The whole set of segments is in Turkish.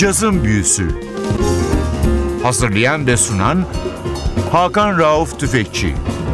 Cazın Büyüsü. Hazırlayan ve sunan Hakan Rauf Tüfekçi.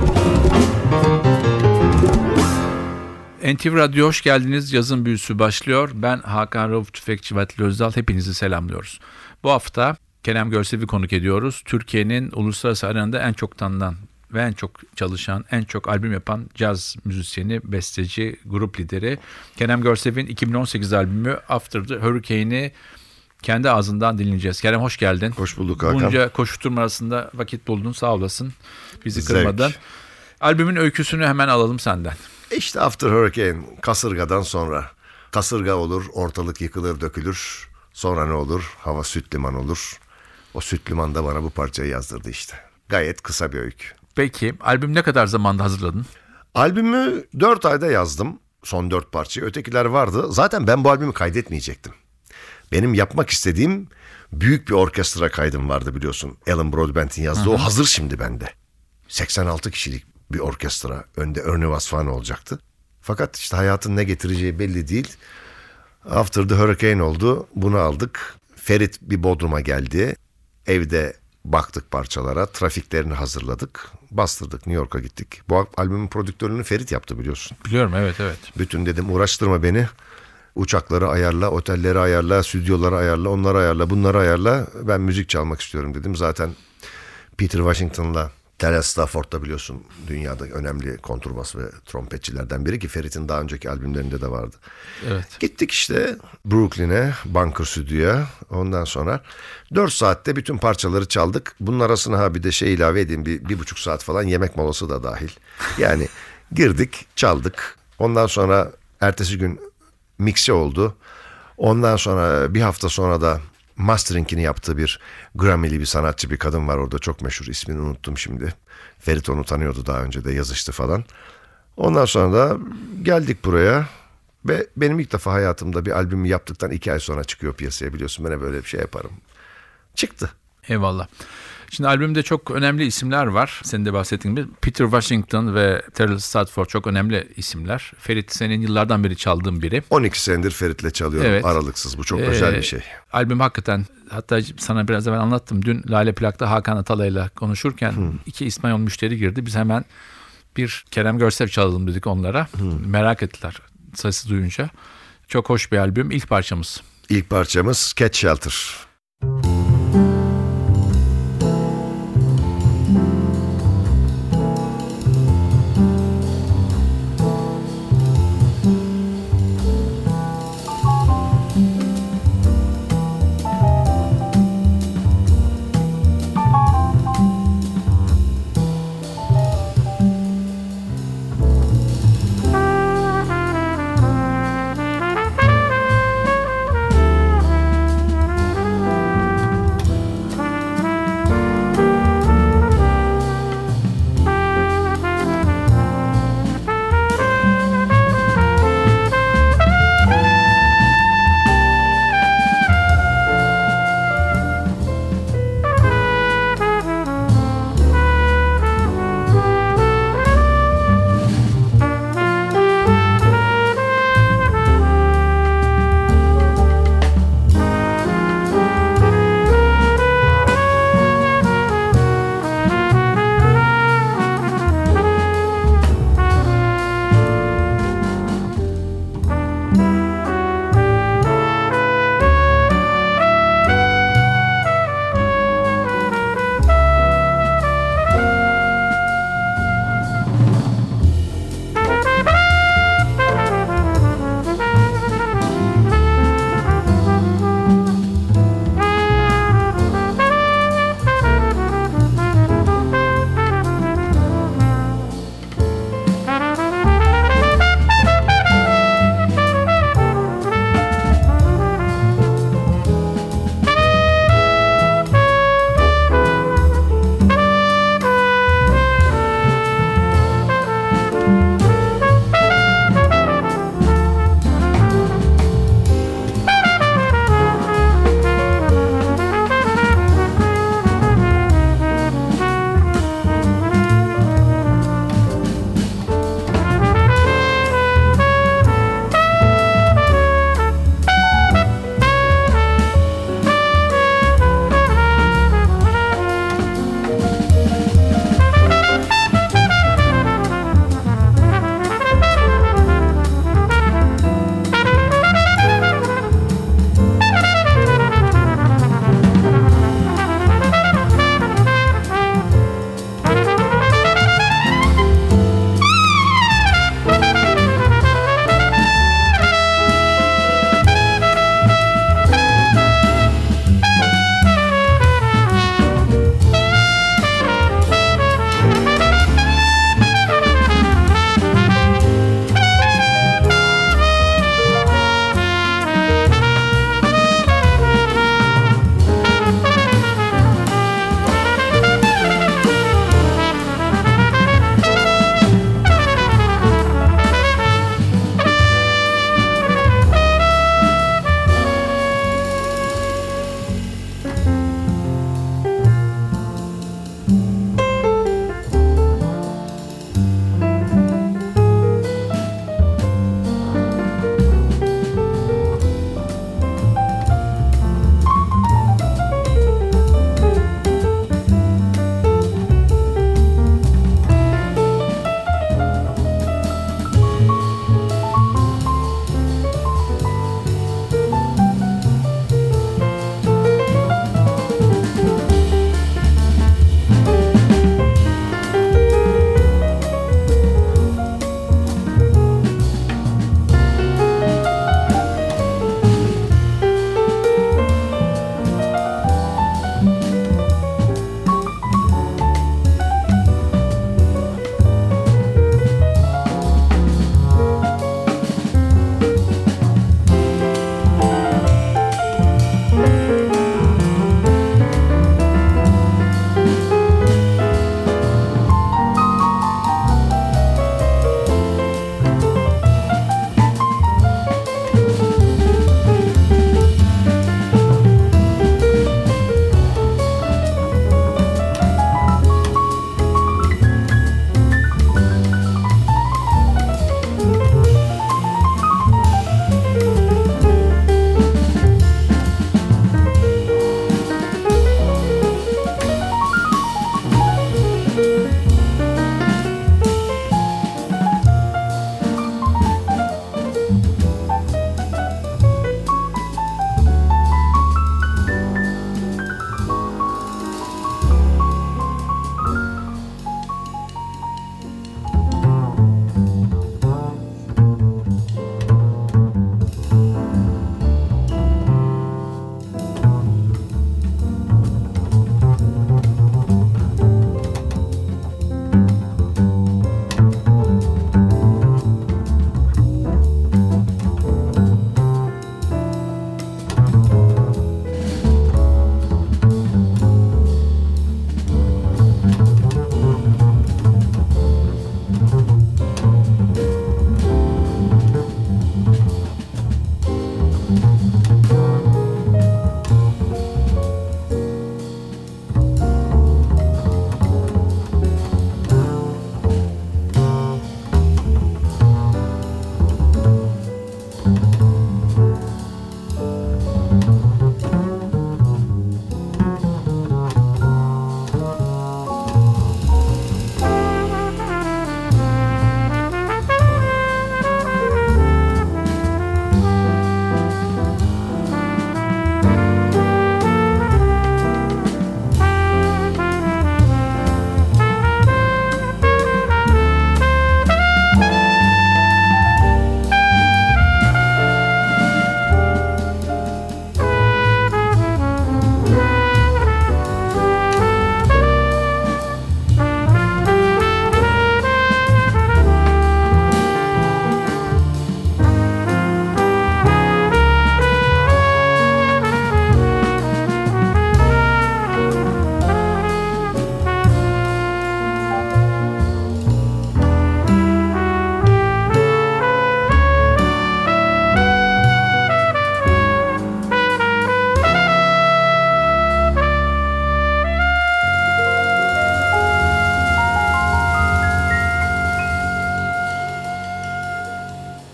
NTV Radyo hoş geldiniz. Yazın Büyüsü başlıyor. Ben Hakan Rauf Tüfekçi ve Atilla Özdal. Hepinizi selamlıyoruz. Bu hafta Kerem Görsev'i konuk ediyoruz. Türkiye'nin uluslararası arenada en çok tanınan ve en çok çalışan, en çok albüm yapan caz müzisyeni, besteci, grup lideri. Kerem Görsev'in 2018 albümü After the Hurricane'i kendi ağzından dinleyeceğiz. Kerem hoş geldin. Hoş bulduk Hakan. Bunca koşturma arasında vakit buldun, sağ olasın. Bizi kırmadın. Albümün öyküsünü hemen alalım senden. İşte After Hurricane, kasırgadan sonra. Kasırga olur, ortalık yıkılır, dökülür. Sonra ne olur? Hava süt liman olur. O süt liman da bana bu parçayı yazdırdı işte. Gayet kısa bir öykü. Peki, albüm ne kadar zamanda hazırladın? Albümü 4 ayda yazdım. Son 4 parçayı. Ötekiler vardı. Zaten ben bu albümü kaydetmeyecektim. Benim yapmak istediğim büyük bir orkestra kaydım vardı biliyorsun. Alan Broadbent'in yazdığı. O hazır şimdi bende. 86 kişilik bir orkestra. Önde Ernie Vasfani olacaktı. Fakat işte hayatın ne getireceği belli değil. After the Hurricane oldu. Bunu aldık. Ferit bir Bodrum'a geldi. Evde baktık parçalara. Trafiklerini hazırladık. Bastırdık. New York'a gittik. Bu albümün prodüktörünü Ferit yaptı biliyorsun. Biliyorum, evet. Bütün dedim uğraştırma beni. Uçakları ayarla, otelleri ayarla, stüdyoları ayarla, onları ayarla, bunları ayarla. Ben müzik çalmak istiyorum dedim. Zaten Peter Washington'la Terence Stafford'da biliyorsun dünyada önemli kontrbas ve trompetçilerden biri ki Ferit'in daha önceki albümlerinde de vardı. Evet. Gittik işte Brooklyn'e, Bunker Stüdyo'ya. Ondan sonra 4 saatte bütün parçaları çaldık. Bunun arasına bir de ilave edeyim, bir buçuk saat falan yemek molası da dahil. Yani girdik, çaldık. Ondan sonra ertesi gün mixi oldu. Ondan sonra bir hafta sonra da mastering'ini yaptığı bir Grammy'li bir sanatçı, bir kadın var orada, çok meşhur, ismini unuttum şimdi. Ferit onu tanıyordu, daha önce de yazıştı falan. Ondan sonra da geldik buraya ve benim ilk defa hayatımda bir albümü yaptıktan 2 ay sonra çıkıyor piyasaya, biliyorsun ben böyle bir şey yaparım. Çıktı. Eyvallah. Şimdi albümde çok önemli isimler var. Senin de bahsettiğin gibi Peter Washington ve Terence Stafford çok önemli isimler. Ferit senin yıllardan beri çaldığın biri. 12 senedir Ferit'le çalıyorum, evet. Aralıksız. Bu çok özel bir şey. Albüm hakikaten, hatta sana biraz evvel anlattım. Dün Lale Plak'ta Hakan Atalay'la konuşurken 2 İspanyol müşteri girdi. Biz hemen bir Kerem Görsev çalalım dedik onlara. Merak ettiler sesi duyunca. Çok hoş bir albüm. İlk parçamız. İlk parçamız Catch Shelter.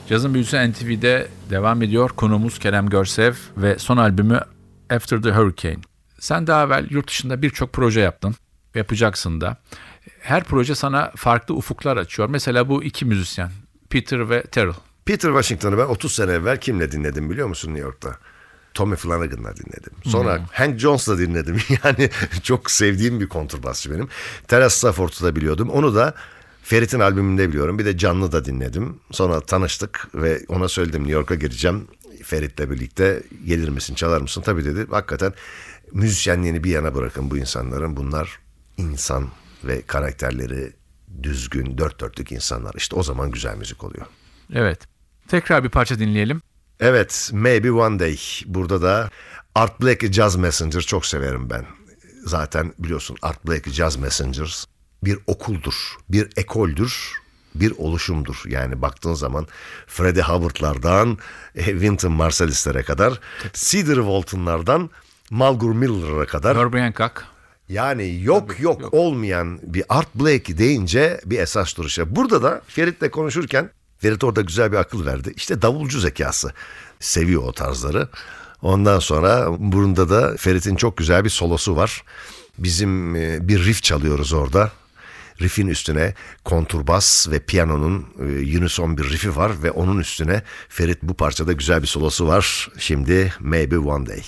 Cazın Büyüsü NTV'de devam ediyor. Konuğumuz Kerem Görsev ve son albümü After the Hurricane. Sen daha evvel yurt dışında birçok proje yaptın. Yapacaksın da. Her proje sana farklı ufuklar açıyor. Mesela bu iki müzisyen, Peter ve Terrell. Peter Washington'ı ben 30 sene evvel kimle dinledim biliyor musun New York'ta? Tommy Flanagan'la dinledim. Sonra Hank Jones'la dinledim. Yani çok sevdiğim bir kontrbasçı benim. Terence Stafford'u da biliyordum. Onu da Ferit'in albümünde biliyorum. Bir de canlı da dinledim. Sonra tanıştık ve ona söyledim New York'a geleceğim. Ferit'le birlikte gelir misin, çalar mısın? Tabii dedi. Hakikaten müzisyenliğini bir yana bırakın bu insanların. Bunlar insan ve karakterleri düzgün, dört dörtlük insanlar. İşte o zaman güzel müzik oluyor. Evet. Tekrar bir parça dinleyelim. Evet, Maybe One Day. Burada da Art Blakey Jazz Messenger çok severim ben. Zaten biliyorsun Art Blakey Jazz Messengers bir okuldur, bir ekoldür, bir oluşumdur. Yani baktığın zaman Freddie Hubbard'lardan Wynton Marsalis'lere kadar, Cedar Walton'lardan Mulgrew Miller'a kadar. Herbie Hancock. Yani yok olmayan bir Art Blakey deyince bir esas duruşa. Burada da Ferit'le konuşurken Ferit orada güzel bir akıl verdi. İşte davulcu zekası. Seviyor o tarzları. Ondan sonra bunda da Ferit'in çok güzel bir solosu var. Bizim bir riff çalıyoruz orada. Riff'in üstüne konturbas ve piyanonun unison bir riffi var ve onun üstüne Ferit bu parçada güzel bir solosu var. Şimdi Maybe One Day.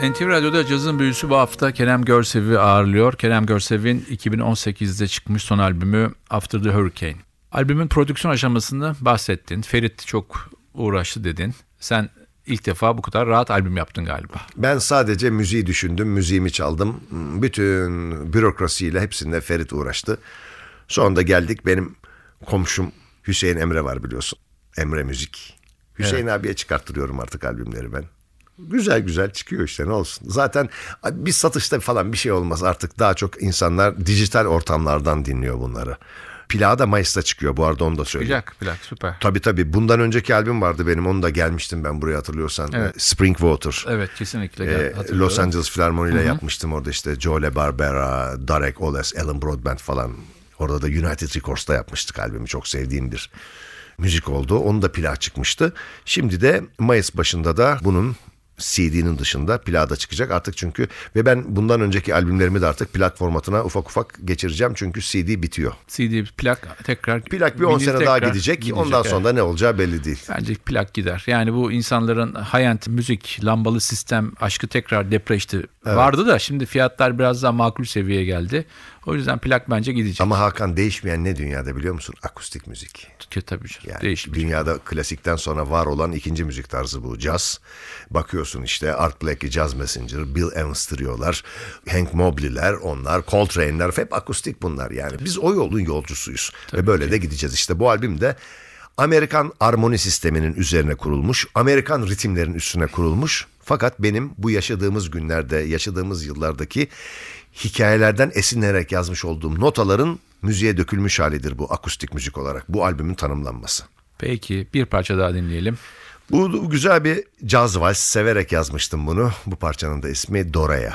NTV Radyo'da Cazın Büyüsü bu hafta Kerem Görsev'i ağırlıyor. Kerem Görsev'in 2018'de çıkmış son albümü After the Hurricane. Albümün prodüksiyon aşamasını bahsettin. Ferit çok uğraştı dedin. Sen ilk defa bu kadar rahat albüm yaptın galiba. Ben sadece müziği düşündüm, müziğimi çaldım. Bütün bürokrasiyle hepsinde Ferit uğraştı. Sonra da geldik, benim komşum Hüseyin Emre var biliyorsun. Emre Müzik. Hüseyin abiye çıkarttırıyorum artık albümleri ben. Güzel güzel çıkıyor işte, ne olsun. Zaten bir satışta falan bir şey olmaz artık. Daha çok insanlar dijital ortamlardan dinliyor bunları. Plağı da Mayıs'ta çıkıyor bu arada, onu da söyleyeyim. Plak süper. Tabii. Bundan önceki albüm vardı benim. Onu da gelmiştim ben buraya, hatırlıyorsan. Evet. Spring Water. Evet, kesinlikle hatırlıyorum. Los Angeles Filarmoni ile yapmıştım orada, işte Joe LaBarbera, Derek Oles, Alan Broadbent falan. Orada da United Records'ta yapmıştık albümü. Çok sevdiğim bir müzik oldu. Onun da plağı çıkmıştı. Şimdi de Mayıs başında da bunun CD'nin dışında plağı da çıkacak artık çünkü, ve ben bundan önceki albümlerimi de artık plak formatına ufak ufak geçireceğim çünkü CD bitiyor. CD, plak tekrar. Plak bir 10 sene daha gidecek. Ondan sonra da ne olacağı belli değil. Bence plak gider. Yani bu insanların high-end müzik, lambalı sistem aşkı tekrar depreşti. Evet. Vardı da şimdi fiyatlar biraz daha makul seviyeye geldi. O yüzden plak bence gidecek. Ama Hakan, değişmeyen ne dünyada biliyor musun? Akustik müzik. Tabii canım. Yani değişmeyecek. Dünyada klasikten sonra var olan ikinci müzik tarzı bu. Caz. Bakıyorsun işte Art Blakey, Jazz Messenger, Bill Evans Trio'lar, Hank Mobley'ler, onlar, Coltrane'ler, hep akustik bunlar yani. Biz o yolun yolcusuyuz. Tabii ve böyle ki de gideceğiz. İşte bu albüm de Amerikan armoni sisteminin üzerine kurulmuş, Amerikan ritimlerin üstüne kurulmuş. Fakat benim bu yaşadığımız günlerde, yaşadığımız yıllardaki hikayelerden esinlenerek yazmış olduğum notaların müziğe dökülmüş halidir bu akustik müzik olarak. Bu albümün tanımlanması. Peki bir parça daha dinleyelim. Bu güzel bir caz vals, severek yazmıştım bunu. Bu parçanın da ismi Doraya.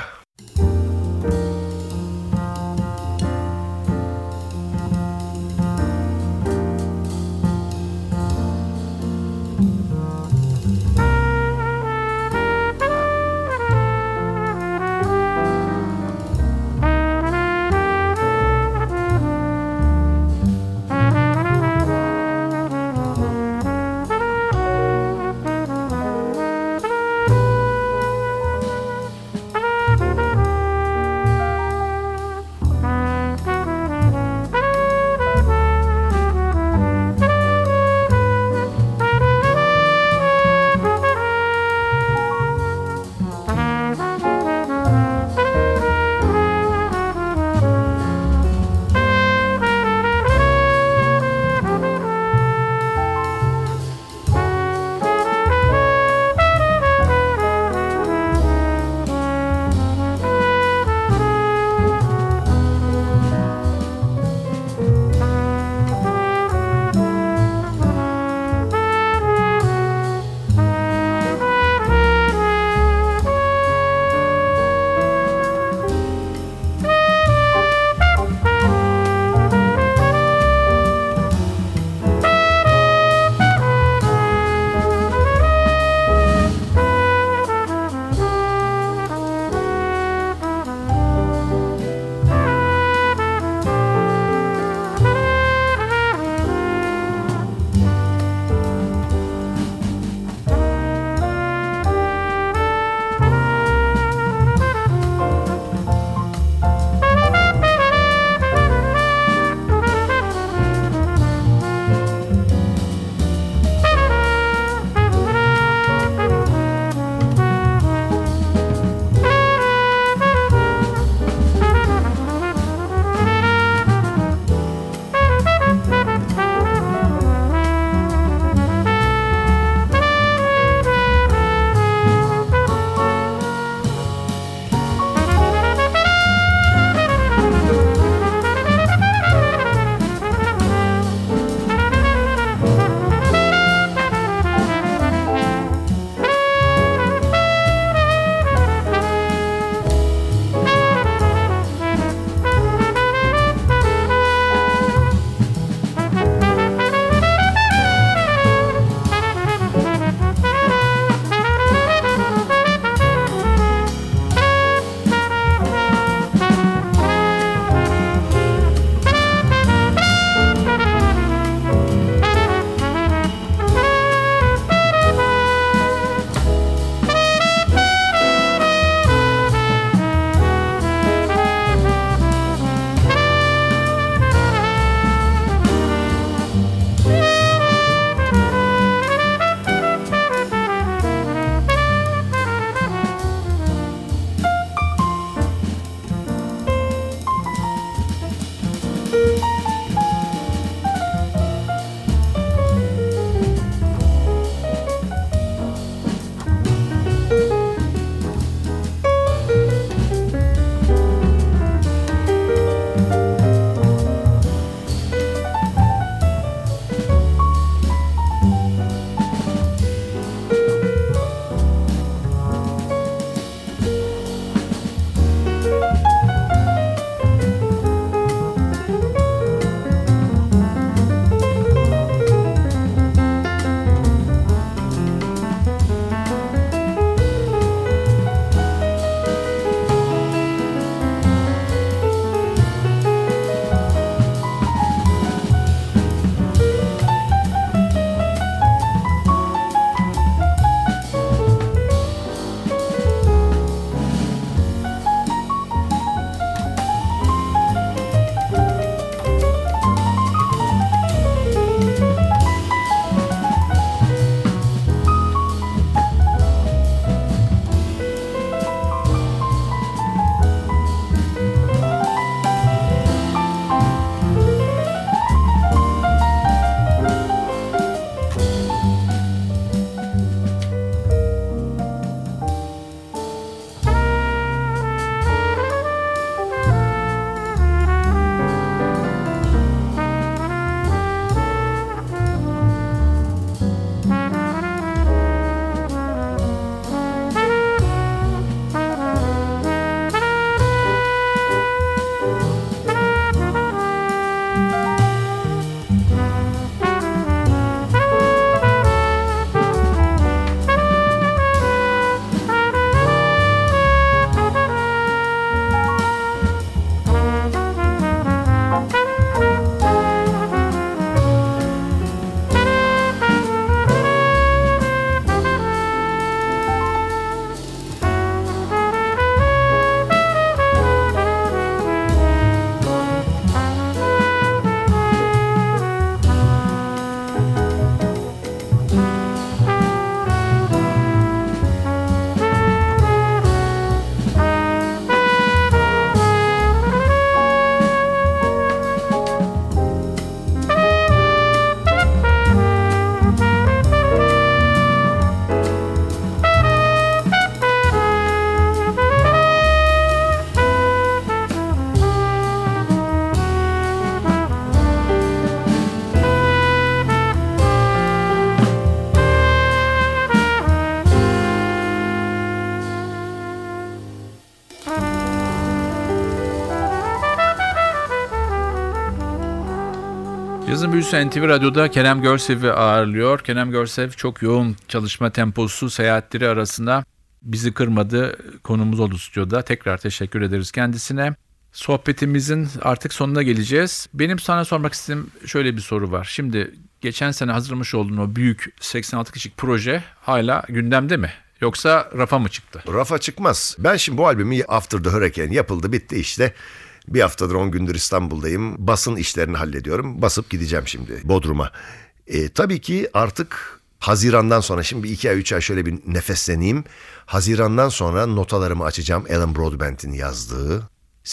Cazın Büyüsü NTV Radyo'da Kerem Görsev'i ağırlıyor. Kerem Görsev çok yoğun çalışma temposu, seyahatleri arasında bizi kırmadı. Konumuz oldu stüdyoda. Tekrar teşekkür ederiz kendisine. Sohbetimizin artık sonuna geleceğiz. Benim sana sormak istediğim şöyle bir soru var. Şimdi geçen sene hazırlamış olduğun o büyük 86 kişilik proje hala gündemde mi? Yoksa rafa mı çıktı? Rafa çıkmaz. Ben şimdi bu albümü After the Hurricane yapıldı, bitti işte. Bir haftadır 10 gündür İstanbul'dayım. Basın işlerini hallediyorum. Basıp gideceğim şimdi Bodrum'a. Tabii ki artık Haziran'dan sonra, şimdi 2 ay 3 ay şöyle bir nefesleneyim. Haziran'dan sonra notalarımı açacağım. Alan Broadbent'in yazdığı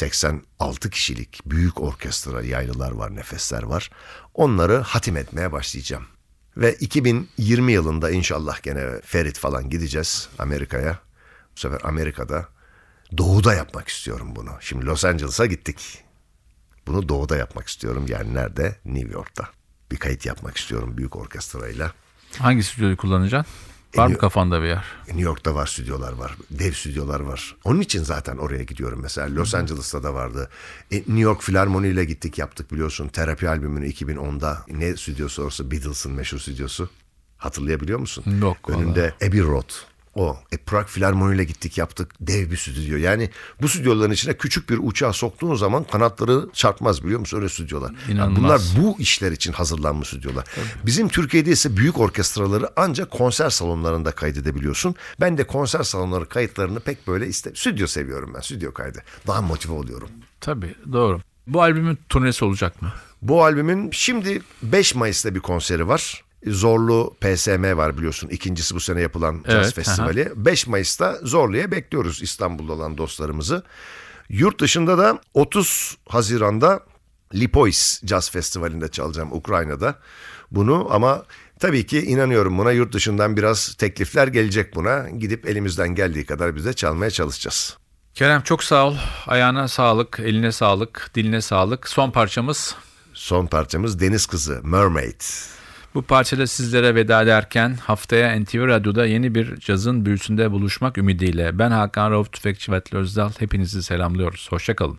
86 kişilik büyük orkestra, yaylılar var, nefesler var. Onları hatim etmeye başlayacağım. Ve 2020 yılında inşallah gene Ferit falan gideceğiz Amerika'ya. Bu sefer Amerika'da doğuda yapmak istiyorum bunu. Şimdi Los Angeles'a gittik. Bunu doğuda yapmak istiyorum. Yani nerede? New York'ta. Bir kayıt yapmak istiyorum büyük orkestrayla. Hangi stüdyoyu kullanacaksın? Var mı kafanda bir yer? New York'ta var, stüdyolar var. Dev stüdyolar var. Onun için zaten oraya gidiyorum mesela. Los Angeles'ta da vardı. New York Filarmoni ile gittik, yaptık biliyorsun. Terapi albümünü 2010'da. Ne stüdyosu orası? Beatles'ın meşhur stüdyosu. Hatırlayabiliyor musun? Yok. Önünde Abbey Road. O. Prag Filarmoni ile gittik, yaptık. Dev bir stüdyo. Yani bu stüdyoların içine küçük bir uçağı soktuğun zaman kanatları çarpmaz, biliyor musun? Öyle stüdyolar. Yani bunlar bu işler için hazırlanmış stüdyolar. Tabii. Bizim Türkiye'de ise büyük orkestraları ancak konser salonlarında kaydedebiliyorsun. Ben de konser salonları kayıtlarını pek böyle stüdyo seviyorum ben. Stüdyo kaydı. Daha motive oluyorum. Tabii, doğru. Bu albümün turnesi olacak mı? Bu albümün şimdi 5 Mayıs'ta bir konseri var. Zorlu PSM var biliyorsun. İkincisi bu sene yapılan Caz Festivali. Aha. 5 Mayıs'ta Zorlu'ya bekliyoruz İstanbul'da olan dostlarımızı. Yurt dışında da 30 Haziran'da Lipois Caz Festivali'nde çalacağım Ukrayna'da. Bunu ama tabii ki inanıyorum buna, yurt dışından biraz teklifler gelecek buna. Gidip elimizden geldiği kadar biz de çalmaya çalışacağız. Kerem çok sağ ol. Ayağına sağlık, eline sağlık, diline sağlık. Son parçamız Deniz Kızı, Mermaid. Bu parçada sizlere veda ederken haftaya NTV Radyo'da yeni bir cazın büyüsünde buluşmak ümidiyle ben Hakan Rauf Tüfekçi ve Atli Özdal hepinizi selamlıyoruz. Hoşça kalın.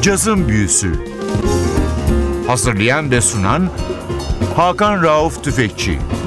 Cazın Büyüsü. Hazırlayan ve sunan Hakan Rauf Tüfekçi.